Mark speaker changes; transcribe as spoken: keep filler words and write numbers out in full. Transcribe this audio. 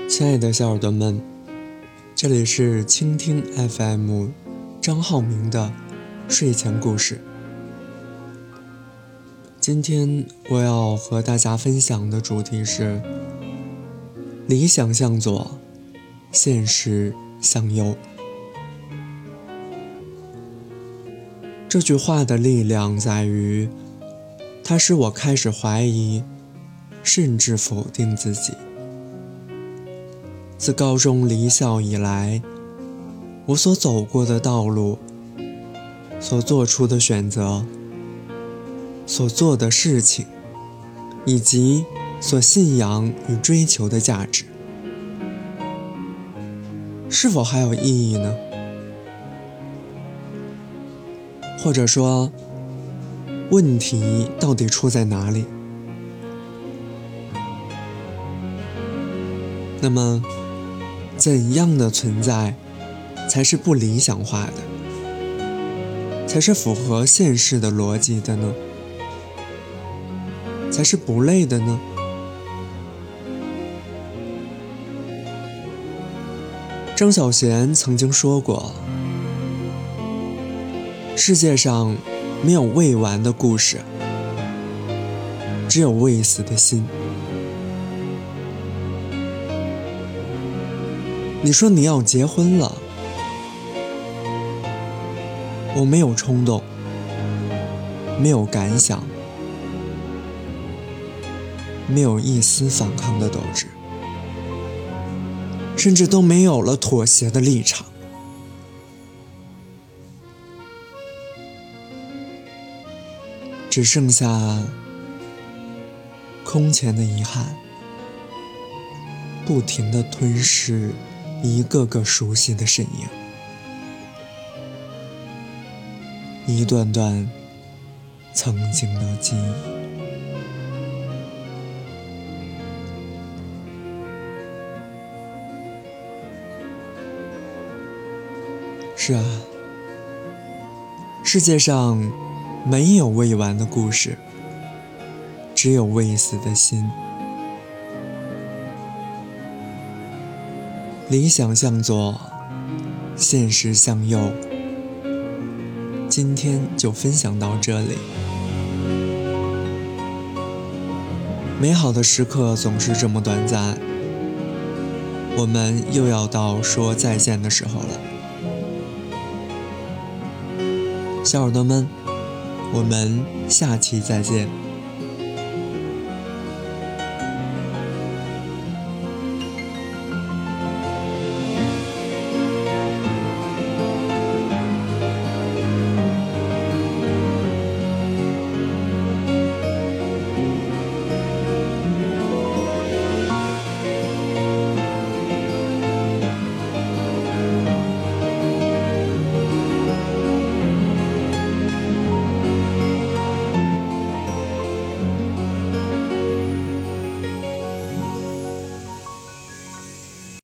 Speaker 1: 亲爱的小耳朵们，这里是倾听 F M 张浩明的睡前故事。今天我要和大家分享的主题是理想向左，现实向右。这句话的力量在于，它使我开始怀疑，甚至否定自己。自高中离校以来，我所走过的道路，所做出的选择，所做的事情，以及所信仰与追求的价值，是否还有意义呢？或者说，问题到底出在哪里？那么，怎样的存在才是不理想化的，才是符合现实的逻辑的呢？才是不累的呢？张小娴曾经说过，世界上没有未完的故事，只有未死的心。你说你要结婚了，我没有冲动，没有感想，没有一丝反抗的斗志，甚至都没有了妥协的立场。只剩下空前的遗憾，不停地吞噬一个个熟悉的身影，一段段曾经的记忆。是啊，世界上没有未完的故事，只有未死的心。理想向左，现实向右。今天就分享到这里。美好的时刻总是这么短暂，我们又要到说再见的时候了。小耳朵们，我们下期再见。